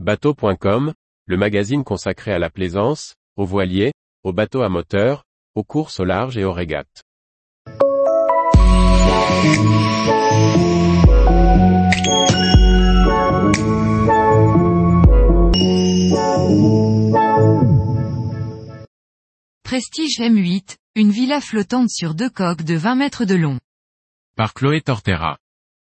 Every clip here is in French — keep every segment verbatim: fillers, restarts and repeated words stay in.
Bateau point com, le magazine consacré à la plaisance, aux voiliers, aux bateaux à moteur, aux courses au large et aux régates. Prestige M huit, une villa flottante sur deux coques de vingt mètres de long. Par Chloé Tortera.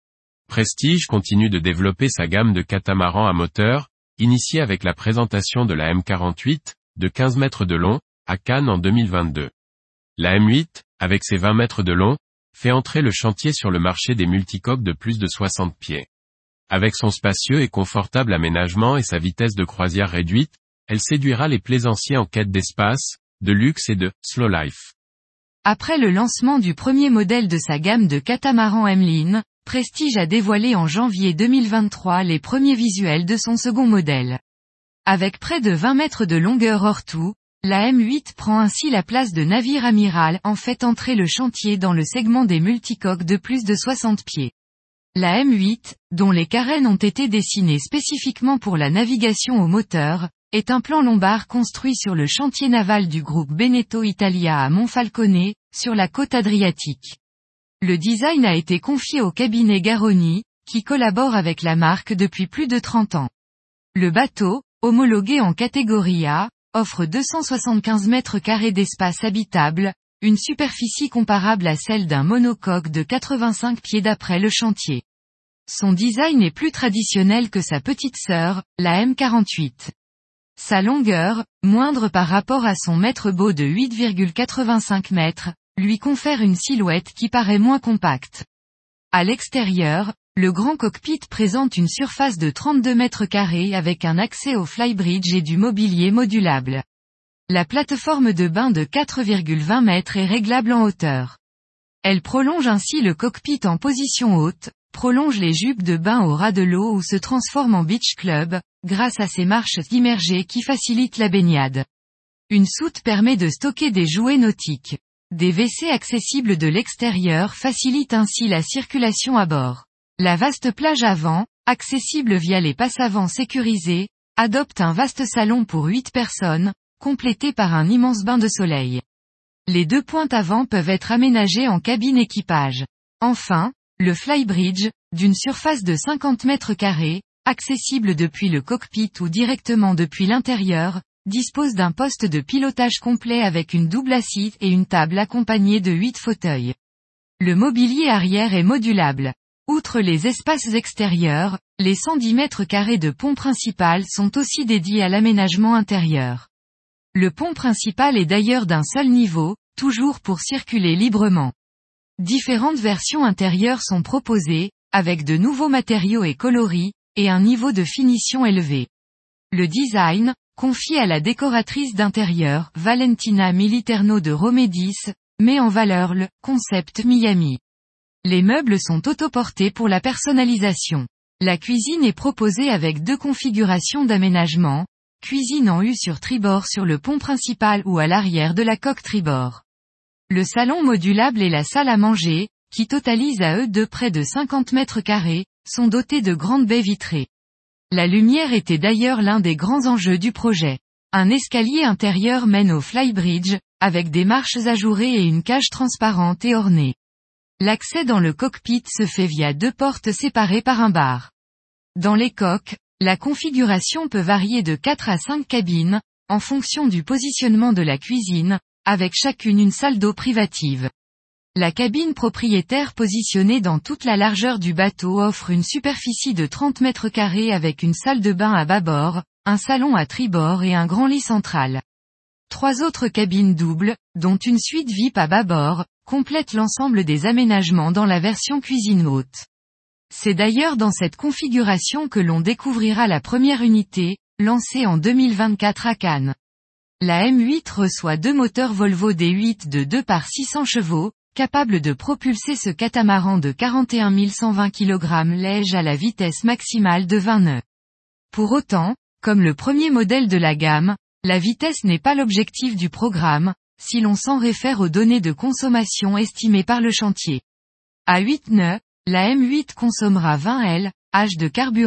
Prestige continue de développer sa gamme de catamarans à moteur, initiée avec la présentation de la M quarante-huit, de quinze mètres de long, à Cannes en deux mille vingt-deux. La M huit, avec ses vingt mètres de long, fait entrer le chantier sur le marché des multicoques de plus de soixante pieds. Avec son spacieux et confortable aménagement et sa vitesse de croisière réduite, elle séduira les plaisanciers en quête d'espace, de luxe et de « slow life ». Après le lancement du premier modèle de sa gamme de catamarans M-Line, Prestige a dévoilé en janvier deux mille vingt-trois les premiers visuels de son second modèle. Avec près de vingt mètres de longueur hors tout, la M huit prend ainsi la place de navire amiral en fait entrer le chantier dans le segment des multicoques de plus de soixante pieds. La M huit, dont les carènes ont été dessinées spécifiquement pour la navigation au moteur, est un plan lombard construit sur le chantier naval du groupe Beneteau Italia à Monfalcone, sur la côte adriatique. Le design a été confié au cabinet Garroni, qui collabore avec la marque depuis plus de trente ans. Le bateau, homologué en catégorie A, offre deux cent soixante-quinze mètres carrés d'espace habitable, une superficie comparable à celle d'un monocoque de quatre-vingt-cinq pieds d'après le chantier. Son design est plus traditionnel que sa petite sœur, la M quarante-huit. Sa longueur, moindre par rapport à son mètre beau de huit virgule quatre-vingt-cinq mètres, lui confère une silhouette qui paraît moins compacte. À l'extérieur, le grand cockpit présente une surface de trente-deux mètres carrés avec un accès au flybridge et du mobilier modulable. La plateforme de bain de quatre virgule vingt mètres est réglable en hauteur. Elle prolonge ainsi le cockpit en position haute, prolonge les jupes de bain au ras de l'eau ou se transforme en beach club, grâce à ses marches immergées qui facilitent la baignade. Une soute permet de stocker des jouets nautiques. Des W C accessibles de l'extérieur facilitent ainsi la circulation à bord. La vaste plage avant, accessible via les passe-avant sécurisés, adopte un vaste salon pour huit personnes, complété par un immense bain de soleil. Les deux pointes avant peuvent être aménagées en cabine équipage. Enfin, le flybridge, d'une surface de cinquante mètres carrés, accessible depuis le cockpit ou directement depuis l'intérieur, dispose d'un poste de pilotage complet avec une double assise et une table accompagnée de huit fauteuils. Le mobilier arrière est modulable. Outre les espaces extérieurs, les cent dix mètres carrés de pont principal sont aussi dédiés à l'aménagement intérieur. Le pont principal est d'ailleurs d'un seul niveau, toujours pour circuler librement. Différentes versions intérieures sont proposées, avec de nouveaux matériaux et coloris, et un niveau de finition élevé. Le design, confié à la décoratrice d'intérieur, Valentina Militerno de Romedis, met en valeur le concept Miami. Les meubles sont autoportés pour la personnalisation. La cuisine est proposée avec deux configurations d'aménagement, cuisine en U sur tribord sur le pont principal ou à l'arrière de la coque tribord. Le salon modulable et la salle à manger, qui totalisent à eux deux près de cinquante mètres carrés, sont dotés de grandes baies vitrées. La lumière était d'ailleurs l'un des grands enjeux du projet. Un escalier intérieur mène au flybridge, avec des marches ajourées et une cage transparente et ornée. L'accès dans le cockpit se fait via deux portes séparées par un bar. Dans les coques, la configuration peut varier de quatre à cinq cabines, en fonction du positionnement de la cuisine, avec chacune une salle d'eau privative. La cabine propriétaire positionnée dans toute la largeur du bateau offre une superficie de trente mètres carrés avec une salle de bain à bâbord, un salon à tribord et un grand lit central. Trois autres cabines doubles, dont une suite V I P à bâbord, complètent l'ensemble des aménagements dans la version cuisine haute. C'est d'ailleurs dans cette configuration que l'on découvrira la première unité, lancée en deux mille vingt-quatre à Cannes. La M huit reçoit deux moteurs Volvo D huit de deux par six cents chevaux, capables de propulser ce catamaran de quarante et un mille cent vingt kilogrammes léger à la vitesse maximale de vingt nœuds. Pour autant, comme le premier modèle de la gamme, la vitesse n'est pas l'objectif du programme, si l'on s'en réfère aux données de consommation estimées par le chantier. À huit nœuds, la M huit consommera vingt litres de carburant,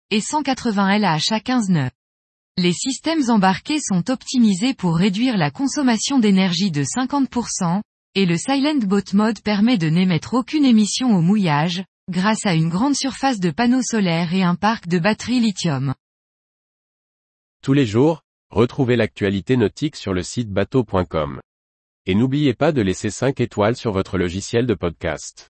et cent quatre-vingts lH à quinze nœuds. Les systèmes embarqués sont optimisés pour réduire la consommation d'énergie de cinquante pour cent, et le Silent Boat Mode permet de n'émettre aucune émission au mouillage, grâce à une grande surface de panneaux solaires et un parc de batteries lithium. Tous les jours, retrouvez l'actualité nautique sur le site bateau point com. Et n'oubliez pas de laisser cinq étoiles sur votre logiciel de podcast.